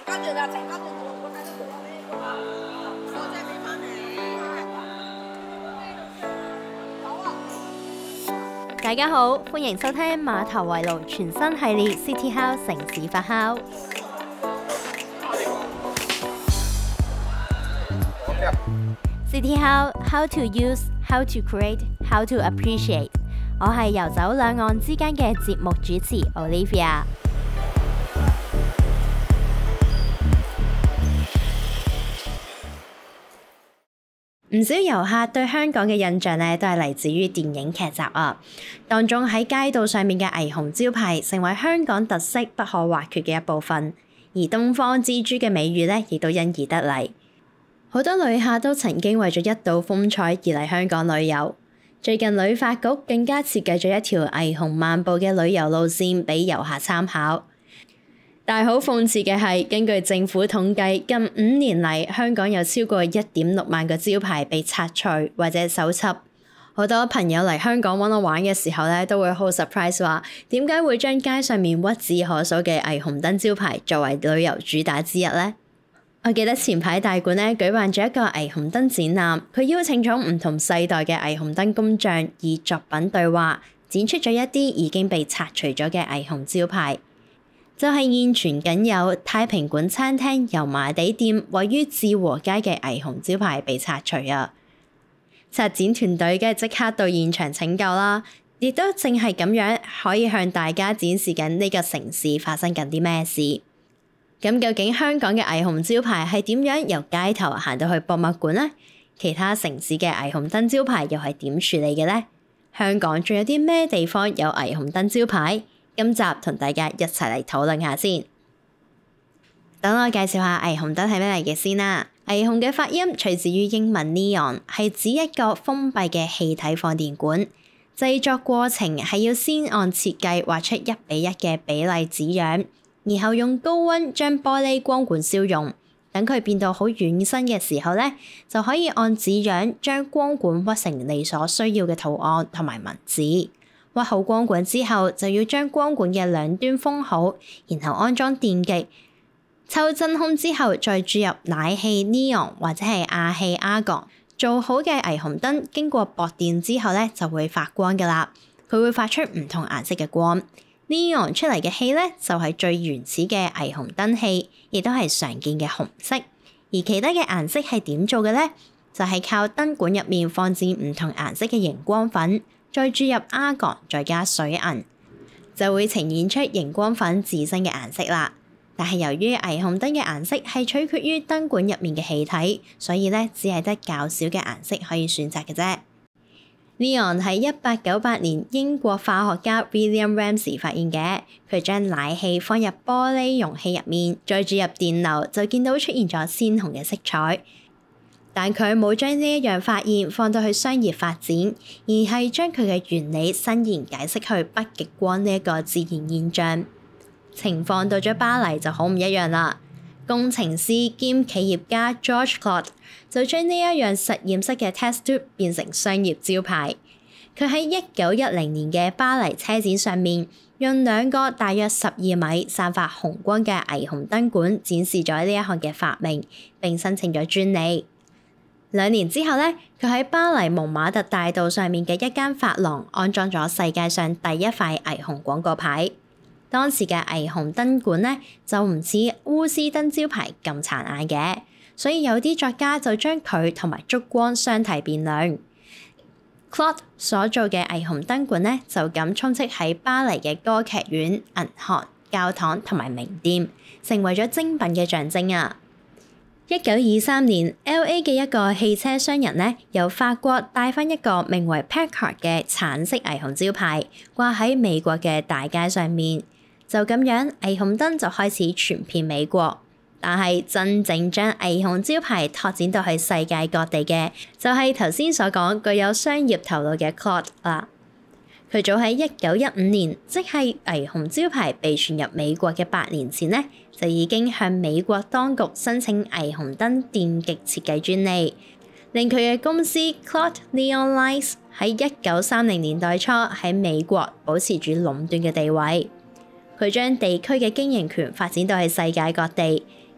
跟住啦，跟住我睇到佢我真係俾翻你。好啊！ 大家好，歡迎收聽馬頭圍爐全新系列 City How 城市發酵。City How to use, how to create, how to appreciate。我係遊走兩岸之間嘅節目主持 Olivia。唔少遊客對香港嘅印象呢，都係嚟自於電影劇集啊。當中喺街道上面嘅霓虹招牌，成為香港特色不可或缺嘅一部分。而東方之珠嘅美譽呢，亦都因而得嚟。好多旅客都曾經為咗一睹風采而嚟香港旅遊。最近旅發局更加設計咗一條霓虹漫步嘅旅遊路線俾遊客參考。但係好諷刺嘅係，根據政府統計，近5年嚟香港有超過1.6萬個招牌被拆除或者搜葺。好多朋友嚟香港揾我玩嘅時候咧，都會好 surprise 話點解會將街上面屈指可數嘅霓虹燈招牌作為旅遊主打之一呢？我記得前排大館咧舉辦咗一個霓虹燈展覽，佢邀請咗唔同世代嘅霓虹燈工匠以作品對話，展出咗一啲已經被拆除咗嘅霓虹招牌。就係現存僅有太平館餐廳油麻地店位於志和街嘅霓虹招牌被拆除啊！策展團隊梗係即刻到現場拯救啦，亦都正係咁樣可以向大家展示緊呢個城市發生緊啲咩事。咁究竟香港嘅霓虹招牌係點樣由街頭行到去博物館呢？其他城市嘅霓虹燈招牌又係點處理嘅呢？香港仲有啲咩地方有霓虹燈招牌？今集同大家一齊嚟討論下先。等我介紹下霓虹燈係咩嚟嘅先啦。霓虹嘅發音取自於英文 neon， 係指一個封閉嘅氣體放電管。製作過程係要先按設計畫出1:1嘅比例紙樣，然後用高溫將玻璃光管燒溶。等佢變到好軟身嘅時候咧，就可以按紙樣將光管屈成你所需要嘅圖案同埋文字。屈好光管之後，就要將光管嘅兩端封好，然後安裝電極，抽真空之後再注入氖氣 neon 或者係氬氣 argon。做好嘅霓虹燈經過駁電之後咧，就會發光㗎喇。佢會發出唔同顏色嘅光。neon 出嚟嘅氣咧，就係最原始嘅霓虹燈氣，亦都係常見嘅紅色。而其他嘅顏色係點做嘅咧？就係靠燈管入面放置唔同顏色嘅熒光粉。再注入 argon， 再加水銀，就會呈現出熒光粉自身嘅顏色啦。但係由於霓虹燈嘅顏色係取決於燈管入面嘅氣體，所以咧只係得較少嘅顏色可以選擇嘅啫。Neon 係1898年英國化學家 William Ramsay 發現嘅，佢將氖氣放入玻璃容器入面，再注入電流，就見到出現咗鮮紅嘅色彩。但佢冇將呢一樣發現放到去商業發展，而係將佢嘅原理伸延解釋去北極光呢一個自然現象。情況到咗巴黎就好唔一樣啦。工程師兼企業家 George Clotte 就將呢一樣實驗室嘅 test tube 變成商業招牌。佢喺1910年嘅巴黎車展上面，用2個大約12米、散發紅光嘅霓虹燈管展示咗呢一項嘅發明，並申請咗專利。2年之後咧，佢喺巴黎蒙馬特大道上面嘅一間髮廊安裝咗世界上第一塊霓虹廣告牌。當時嘅霓虹燈管咧就唔似鎢絲燈招牌咁殘眼嘅，所以有啲作家就將佢同埋燭光相提並論。Clotte 所做嘅霓虹燈管咧就咁充斥喺巴黎嘅歌劇院、銀行、教堂同埋名店，成為咗精品嘅象徵啊！1923年 LA 嘅一個汽車商人咧，由法國帶返一個名為 Packard 嘅橙色霓虹招牌，掛喺美國嘅大街上面。就咁樣，霓虹燈就開始傳遍美國。但係真正將霓虹招牌拓展到去世界各地嘅，就係頭先所講具有商業頭腦嘅 Clotte 啦。佢早喺1915年，即係霓虹招牌被傳入美國嘅8年前咧，就已經向美國當局申請霓虹燈電極設計專利，令佢嘅公司 Clotte Neon Lights 喺1930年代初喺美國保持住壟斷嘅地位。佢將地區嘅經營權發展到去世界各地，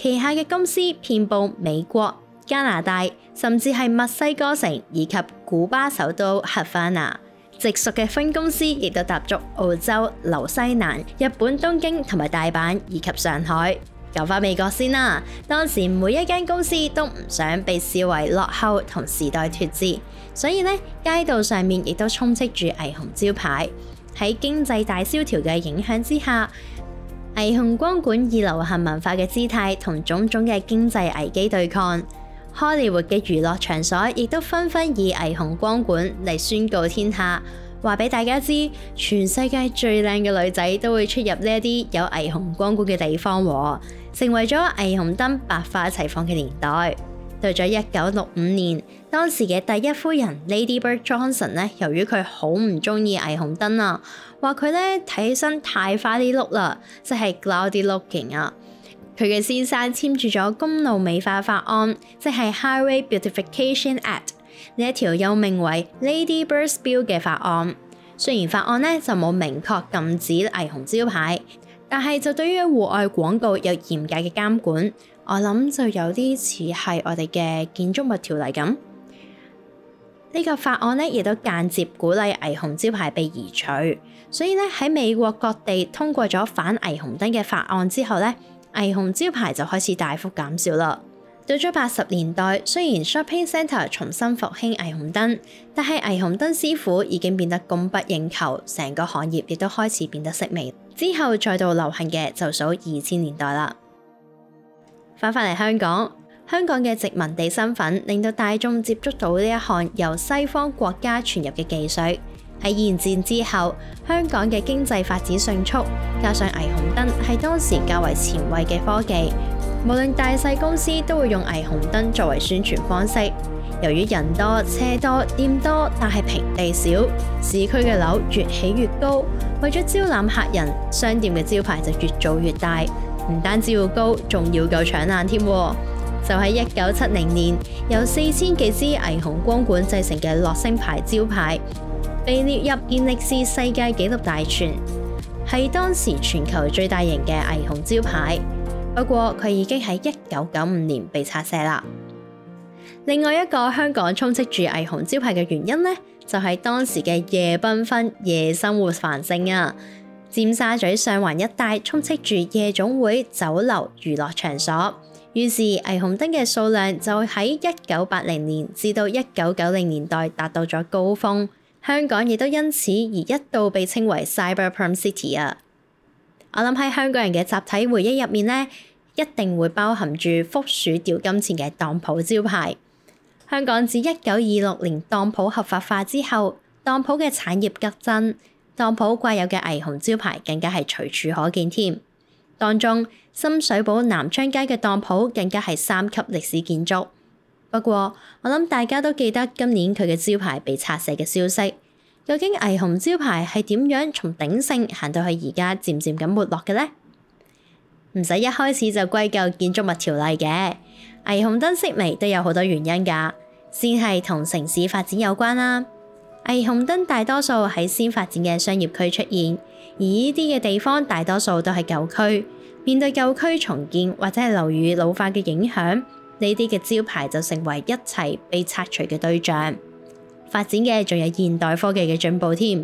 旗下嘅公司遍佈美國、加拿大，甚至係墨西哥城以及古巴首都哈瓦那。直屬嘅分公司亦都踏足澳洲、紐西蘭、日本東京同埋大阪以及上海。講返美國先啦，當時每一間公司都唔想被視為落後同時代脫節，所以呢，街道上面亦都充斥住霓虹招牌。喺經濟大蕭條嘅影響之下，霓虹光管以流行文化嘅姿態同種種嘅經濟危機對抗。荷里活嘅娛樂場所亦都紛紛以霓虹光管嚟宣告天下，話俾大家知，全世界最靚嘅女仔都會出入呢一啲有霓虹光管嘅地方喎，成為咗霓虹燈百花齊放嘅年代。到咗1965年，當時嘅第一夫人 Lady Bird Johnson 呢，由於佢好唔中意霓虹燈啊，話佢咧睇起身太花啲碌啦，即係 cloudy looking 啊。佢嘅先生簽署咗公路美化法案，即係 Highway Beautification Act 呢一條又名為 Lady Bird's Bill 嘅法案。雖然法案呢就冇明確禁止霓虹招牌，但係就對於戶外廣告有嚴格嘅監管。我諗就有啲似係我哋嘅建築物條例咁。呢個法案呢亦都間接鼓勵霓虹招牌被移除，所以呢，喺美國各地通過咗反霓虹燈嘅法案之後呢，霓虹招牌就開始大幅減少啦。到咗80年代，雖然 shopping centre 重新復興霓虹燈，但係霓虹燈師傅已經變得供不應求，成個行業亦都開始變得式微。之後再度流行嘅就數2000年代啦。翻返嚟香港，香港嘅殖民地身份令到大眾接觸到呢一項由西方國家傳入嘅技術。喺二戰之後，香港嘅經濟發展迅速，加上霓虹燈係當時較為前衛嘅科技，無論大細公司都會用霓虹燈作為宣傳方式。由於人多、車多、店多，但係平地少，市區嘅樓越起越高，為咗招攬客人，商店嘅招牌就越做越大。唔單止要高，仲要夠搶眼添。就喺1970年，由4000幾支霓虹光管製成嘅樂聲牌招牌，被列入健力士世界紀錄大全，係當時全球最大型嘅霓虹招牌。不過佢已經喺1995年被拆卸啦。另外一個香港充斥住霓虹招牌嘅原因呢，就係當時嘅夜繽紛、夜生活繁盛啊。尖沙咀上環一帶充斥住夜總會、酒樓、娛樂場所，於是霓虹燈嘅數量就喺1980年至到1990年代達到咗高峰。香港亦都因此而一度被稱為 Cyberpunk City 啊！我諗喺香港人嘅集體回憶入面呢，一定會包含住福鼠掉金錢嘅當鋪招牌。香港自1926年當鋪合法化之後，當鋪嘅產業急增。當鋪掛有嘅霓虹招牌更加係隨處可見添，當中深水埗南昌街嘅當鋪更加係3級歷史建築。不過我諗大家都記得今年佢嘅招牌被拆卸嘅消息。究竟霓虹招牌係點樣從鼎盛行到去而家漸漸咁沒落嘅呢？唔使一開始就歸咎建築物條例嘅，霓虹燈式微都有好多原因㗎。先係同城市發展有關啦。霓虹燈大多數喺先發展嘅商業區出現，而呢啲嘅地方大多數都係舊區。面對舊區重建或者係樓宇老化嘅影響，呢啲嘅招牌就成為一齊被拆除嘅對象。發展嘅仲有現代科技嘅進步添。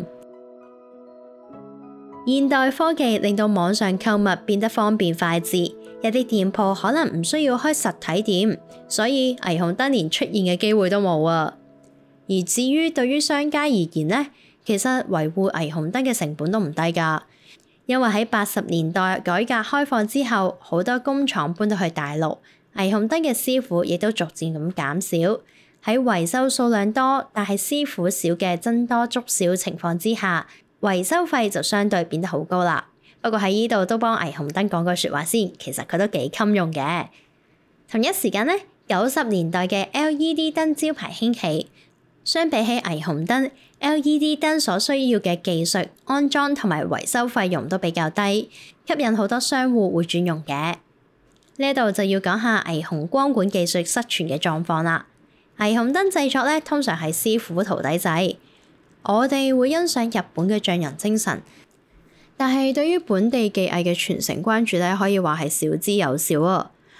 現代科技令到網上購物變得方便快捷，一啲店鋪可能唔需要開實體店，所以霓虹燈連出現嘅機會都冇啊。而至於對於商家而言呢，其實維護霓虹燈嘅成本都唔低㗎，因為喺80年代改革開放之後，好多工廠搬到去大陸，霓虹燈嘅師傅亦都逐漸咁減少。喺維修數量多，但係師傅少嘅僧多粥少情況之下，維修費就相對變得好高啦。不過喺呢度都幫霓虹燈講句説話先，其實佢都幾襟用嘅。同一時間呢，90年代嘅 LED 燈招牌興起。相比起霓虹燈 ，LED 燈所需要嘅技術、安裝同埋維修費用都比較低，吸引好多商戶會轉用嘅。呢度就要講下霓虹光管技術失傳嘅狀況啦。霓虹燈製作咧，通常係師傅徒弟制。我哋會欣賞日本嘅匠人精神，但係對於本地技藝嘅傳承關注咧，可以話係少之又少啊。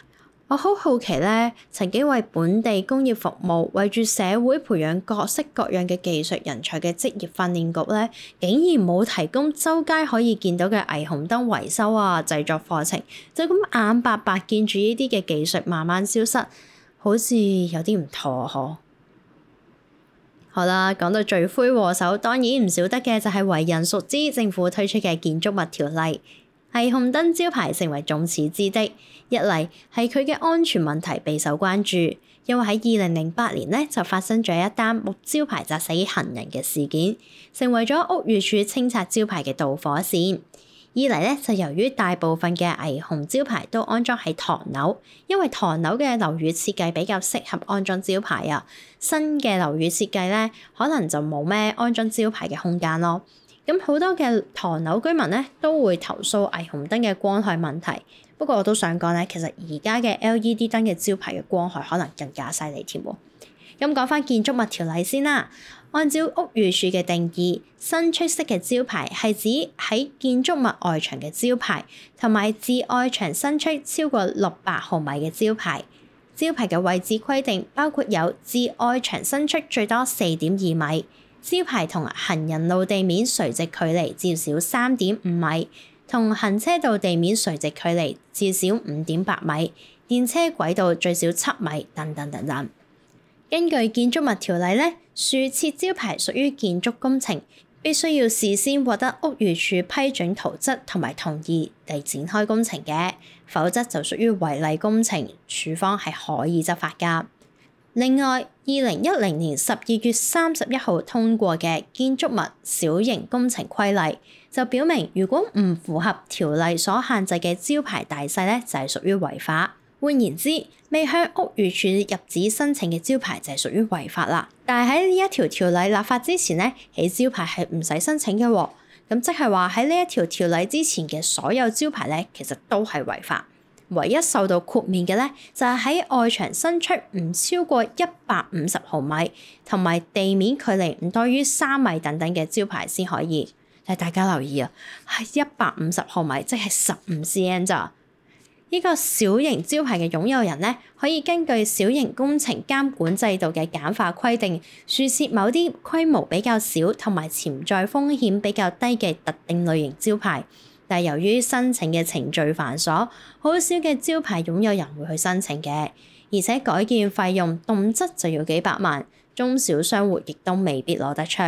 我好好奇咧，曾經為本地工業服務、為住社會培養各式各樣嘅技術人才嘅職業訓練局咧，竟然冇提供周街可以見到嘅霓虹燈維修啊、製作課程，就咁眼白白見住呢啲嘅技術慢慢消失，好似有啲唔妥嗬。好啦，講到罪魁禍首，當然唔少得嘅就係為人熟知政府推出嘅建築物條例。霓虹燈招牌成為眾矢之的，一嚟係佢嘅安全問題備受關注，因為喺2008年呢就發生咗一單木招牌砸死行人嘅事件，成為咗屋宇署清拆招牌嘅導火線。二嚟呢就由於大部分嘅霓虹招牌都安裝喺唐樓，因為唐樓嘅樓宇設計比較適合安裝招牌啊，新嘅樓宇設計呢可能就冇咩安裝招牌嘅空間咯。咁好多嘅唐樓居民咧都會投訴霓虹燈嘅光害問題。不過我都想講咧，其實而家嘅 LED 燈嘅招牌嘅光害可能更加犀利添喎。咁講翻建築物條例先啦。按照屋宇署嘅定義，伸出式嘅招牌係指喺建築物外牆嘅招牌，同埋自外牆伸出超過600毫米嘅招牌。招牌嘅位置規定包括有自外牆伸出最多4.2米。招牌同行人路地面垂直距離至少3.5米，同行車道地面垂直距離至少5.8米，電車軌道最少7米，等等等等。根據建築物條例咧，豎設招牌屬於建築工程，必須要事先獲得屋宇署批准圖則同埋同意嚟展開工程嘅，否則就屬於違例工程，署方係可以執法㗎。另外，2010年12月31號通過嘅《建築物小型工程規例》就表明，如果唔符合條例所限制嘅招牌大細咧，就係屬於違法。換言之，未向屋宇署入紙申請嘅招牌就係屬於違法啦。但係喺呢一條條例立法之前咧，起招牌係唔使申請嘅喎。咁即係話喺呢一條條例之前嘅所有招牌咧，其實都係違法。唯一受到豁免嘅咧，就係喺外牆伸出唔超過150毫米，同埋地面距離唔多於3米等等嘅招牌先可以。但係大家留意啊，係150毫米，即係15 cm 咋。呢個小型招牌嘅擁有人咧，可以根據小型工程監管制度嘅簡化規定，豎設某啲規模比較小同埋潛在風險比較低嘅特定類型招牌。但係由於申請嘅程序繁瑣，好少嘅招牌擁有人會去申請嘅，而且改建費用動輒就要幾百萬，中小商戶亦都未必攞得出。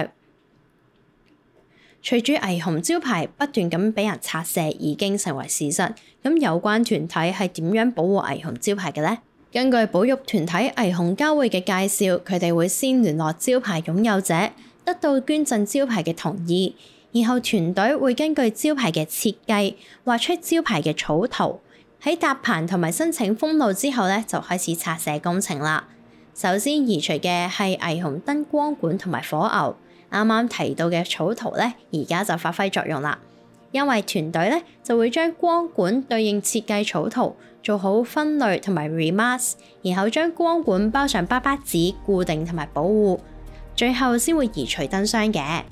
隨住霓虹招牌不斷咁俾人拆卸，已經成為事實。咁有關團體係點樣保護霓虹招牌嘅呢？根據保育團體霓虹交匯嘅介紹，佢哋會先聯絡招牌擁有者，得到捐贈招牌嘅同意。然後團隊會根據招牌嘅設計畫出招牌嘅草圖，喺搭棚同埋申請封路之後咧，就開始拆卸工程啦。首先移除嘅係霓虹燈光管同埋火牛，啱啱提到嘅草圖咧，而家就發揮作用啦。因為團隊咧就會將光管對應設計草圖做好分類同埋 remask， 然後將光管包上巴巴紙固定同埋保護，最後先會移除燈箱嘅。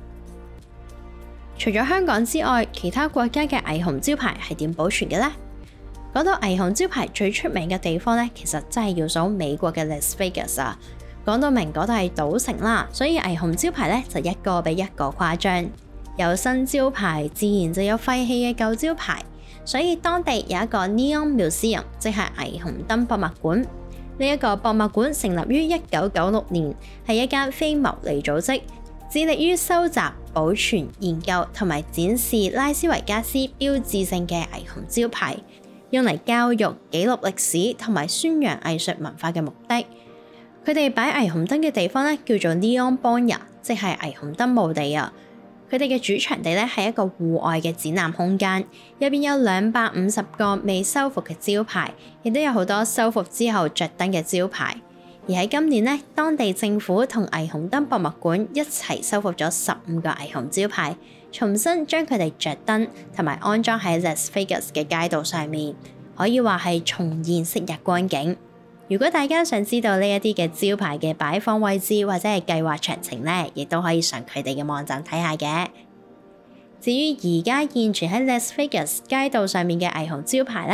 除咗香港之外，其他國家嘅霓虹招牌係點保存嘅呢？講到霓虹招牌最出名嘅地方咧，其實真係要數美國嘅 Las Vegas 啊。講到明嗰度係賭城啦，所以霓虹招牌咧就一個比一個誇張。有新招牌，自然就有廢棄嘅舊招牌，所以當地有一個 Neon Museum， 即係霓虹燈博物館。呢一個博物館成立於1996年，係一間非牟利組織，致力於收集、保存、研究同埋展示拉斯維加斯標誌性嘅霓虹招牌，用嚟教育、記錄歷史同埋宣揚藝術文化嘅目的。佢哋擺霓虹燈嘅地方咧叫做 Neon Boneyard， 即係霓虹燈墓地啊。佢哋嘅主場地咧係一個戶外嘅展覽空間，入邊有250個未修復嘅招牌，亦都有好多修復之後着燈嘅招牌。而喺今年咧，當地政府同霓虹燈博物館一齊修復咗15個霓虹招牌，重新將佢哋着燈同埋安裝喺 Las Vegas 嘅街道上面，可以話係重現昔日光景。如果大家想知道呢一啲嘅招牌嘅擺放位置或者係計劃詳情咧，亦都可以上佢哋嘅網站睇下嘅。至於而家現存喺 Las Vegas 街道上面嘅霓虹招牌咧，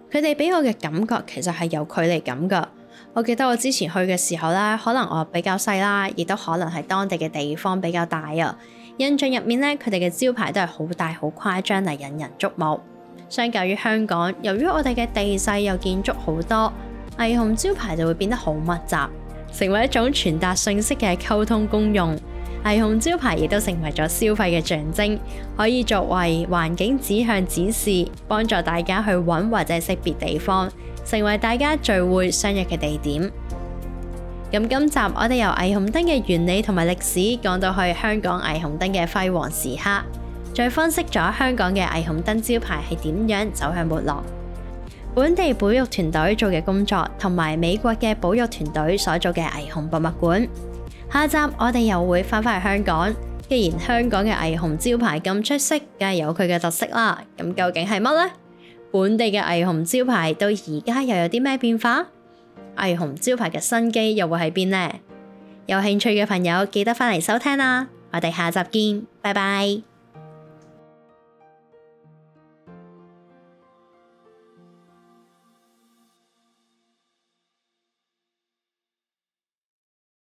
佢哋俾我嘅感覺其實係有距離感㗎。我記得我之前去嘅時候咧，可能我比較細啦，亦都可能係當地嘅地方比較大啊。印象入面咧，佢哋嘅招牌都係好大好誇張嚟引人矚目。相較於香港，由於我哋嘅地勢又建築好多，霓虹招牌就會變得好密集，成為一種傳達信息嘅溝通功用。霓虹招牌亦都成為咗消費嘅象徵，可以作為環境指向指示，幫助大家去揾或者識別地方，成為大家聚會相約嘅地點。咁今集我哋由霓虹燈嘅原理同埋歷史講到去香港霓虹燈嘅輝煌時刻，再分析咗香港嘅霓虹燈招牌係點樣走向沒落，本地保育團隊做嘅工作，同埋美國嘅保育團隊所做嘅霓虹博物館。下集我哋又會翻返去香港，既然香港嘅霓虹招牌咁出色，梗係有佢嘅特色啦。咁究竟係乜呢？本地嘅霓虹招牌到而家又有啲咩變化？霓虹招牌嘅新機又會喺邊呢？有興趣嘅朋友記得翻嚟收聽啦！我哋下集見，拜拜。